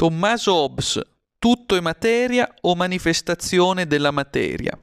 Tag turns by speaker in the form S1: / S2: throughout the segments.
S1: Tommaso Hobbes, tutto è materia o manifestazione della materia?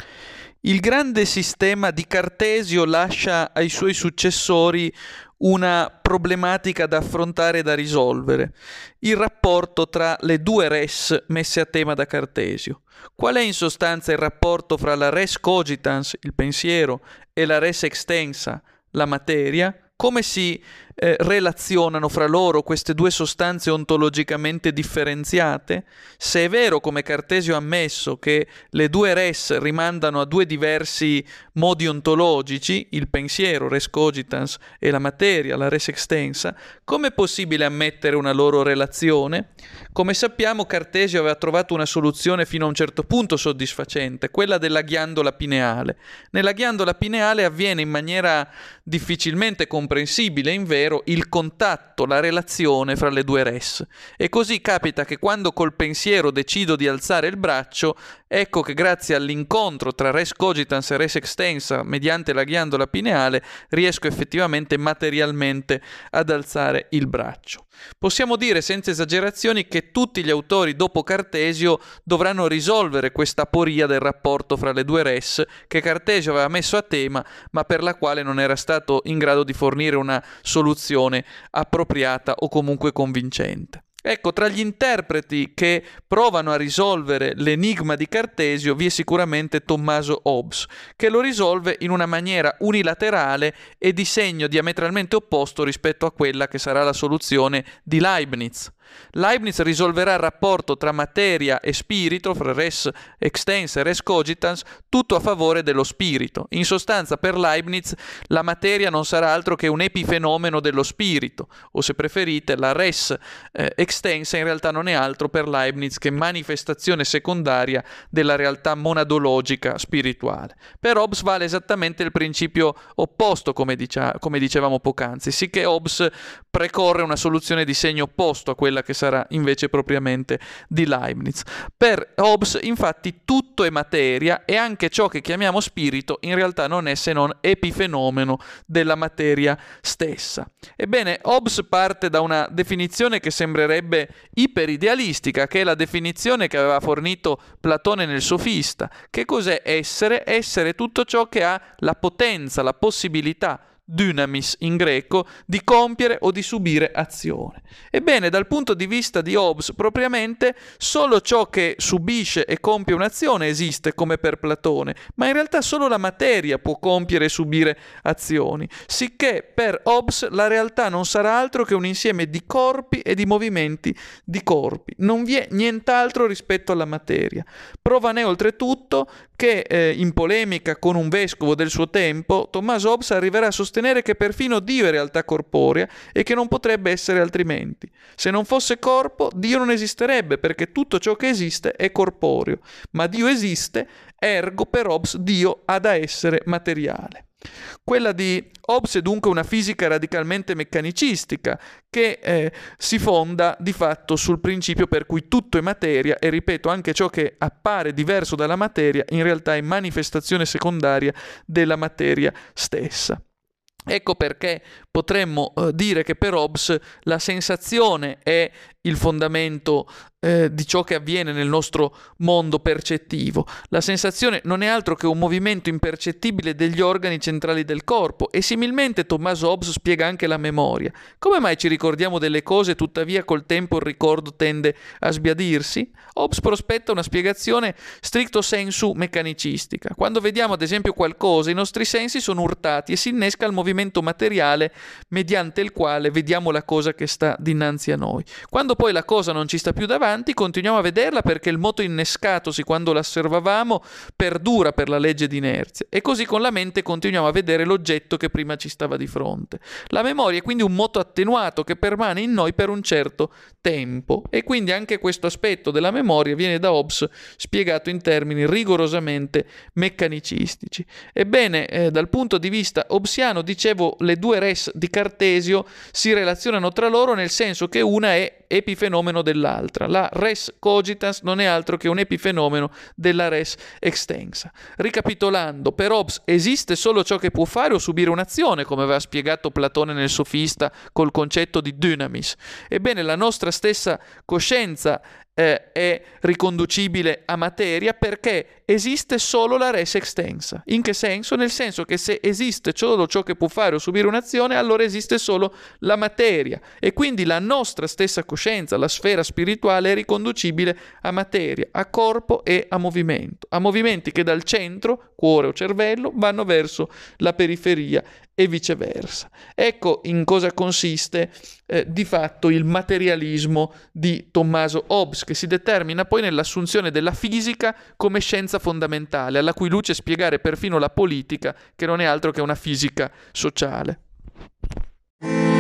S1: Il grande sistema di Cartesio lascia ai suoi successori una problematica da affrontare e da risolvere, il rapporto tra le due res messe a tema da Cartesio. Qual è in sostanza il rapporto fra la res cogitans, il pensiero, e la res extensa, la materia? Come si relazionano fra loro queste due sostanze ontologicamente differenziate? Se è vero, come Cartesio ha ammesso, che le due res rimandano a due diversi modi ontologici, il pensiero, res cogitans, e la materia, la res extensa, com'è possibile ammettere una loro relazione? Come sappiamo, Cartesio aveva trovato una soluzione fino a un certo punto soddisfacente, quella della ghiandola pineale. Nella ghiandola pineale avviene in maniera difficilmente comprensibile, invero, il contatto, la relazione fra le due res. E così capita che quando col pensiero decido di alzare il braccio, ecco che grazie all'incontro tra res cogitans e res extensa mediante la ghiandola pineale riesco effettivamente materialmente ad alzare il braccio. Possiamo dire senza esagerazioni che tutti gli autori dopo Cartesio dovranno risolvere questa aporia del rapporto fra le due res che Cartesio aveva messo a tema, ma per la quale non era stato in grado di fornire una soluzione appropriata o comunque convincente. Ecco, tra gli interpreti che provano a risolvere l'enigma di Cartesio vi è sicuramente Tommaso Hobbes, che lo risolve in una maniera unilaterale e di segno diametralmente opposto rispetto a quella che sarà la soluzione di Leibniz. Leibniz risolverà il rapporto tra materia e spirito, fra res extensa e res cogitans, tutto a favore dello spirito. In sostanza, per Leibniz la materia non sarà altro che un epifenomeno dello spirito, o se preferite la res extensa in realtà non è altro per Leibniz che manifestazione secondaria della realtà monadologica spirituale. Per Hobbes vale esattamente il principio opposto, come dicevamo poc'anzi, sicché Hobbes precorre una soluzione di segno opposto a quella che sarà invece propriamente di Leibniz. Per Hobbes, infatti, tutto è materia e anche ciò che chiamiamo spirito in realtà non è se non epifenomeno della materia stessa. Ebbene, Hobbes parte da una definizione che sembrerebbe iperidealistica, che è la definizione che aveva fornito Platone nel Sofista. Che cos'è essere? Essere tutto ciò che ha la potenza, la possibilità, dynamis in greco, di compiere o di subire azione. Ebbene, dal punto di vista di Hobbes propriamente, solo ciò che subisce e compie un'azione esiste come per Platone, ma in realtà solo la materia può compiere e subire azioni, sicché per Hobbes la realtà non sarà altro che un insieme di corpi e di movimenti di corpi. Non vi è nient'altro rispetto alla materia. Prova ne oltretutto che in polemica con un vescovo del suo tempo, Tommaso Hobbes arriverà a sostenere che perfino Dio è realtà corporea e che non potrebbe essere altrimenti. Se non fosse corpo, Dio non esisterebbe, perché tutto ciò che esiste è corporeo, ma Dio esiste, ergo per Hobbes Dio ha da essere materiale. Quella di Hobbes è dunque una fisica radicalmente meccanicistica che si fonda di fatto sul principio per cui tutto è materia e, ripeto, anche ciò che appare diverso dalla materia in realtà è manifestazione secondaria della materia stessa. Ecco perché potremmo dire che per Hobbes la sensazione è il fondamento di ciò che avviene nel nostro mondo percettivo. La sensazione non è altro che un movimento impercettibile degli organi centrali del corpo e similmente Tommaso Hobbes spiega anche la memoria. Come mai ci ricordiamo delle cose e tuttavia col tempo il ricordo tende a sbiadirsi? Hobbes prospetta una spiegazione stricto sensu meccanicistica. Quando vediamo ad esempio qualcosa, i nostri sensi sono urtati e si innesca il movimento materiale mediante il quale vediamo la cosa che sta dinanzi a noi. Quando poi la cosa non ci sta più davanti, continuiamo a vederla perché il moto innescatosi quando la osservavamo perdura per la legge di inerzia e così con la mente continuiamo a vedere l'oggetto che prima ci stava di fronte. La memoria è quindi un moto attenuato che permane in noi per un certo tempo e quindi anche questo aspetto della memoria viene da Hobbes spiegato in termini rigorosamente meccanicistici. Ebbene, dal punto di vista hobbesiano, dicevo, le due res di Cartesio si relazionano tra loro nel senso che una è epifenomeno dell'altra. La res cogitans non è altro che un epifenomeno della res extensa. Ricapitolando, per Hobbes esiste solo ciò che può fare o subire un'azione, come aveva spiegato Platone nel Sofista col concetto di dynamis. Ebbene, la nostra stessa coscienza è riconducibile a materia perché esiste solo la res extensa. In che senso? Nel senso che se esiste solo ciò che può fare o subire un'azione, allora esiste solo la materia e quindi la nostra stessa coscienza, la sfera spirituale, è riconducibile a materia, a corpo e a movimenti che dal centro, cuore o cervello, vanno verso la periferia e viceversa. Ecco in cosa consiste di fatto il materialismo di Tommaso Hobbes, che si determina poi nell'assunzione della fisica come scienza fondamentale, alla cui luce spiegare perfino la politica, che non è altro che una fisica sociale.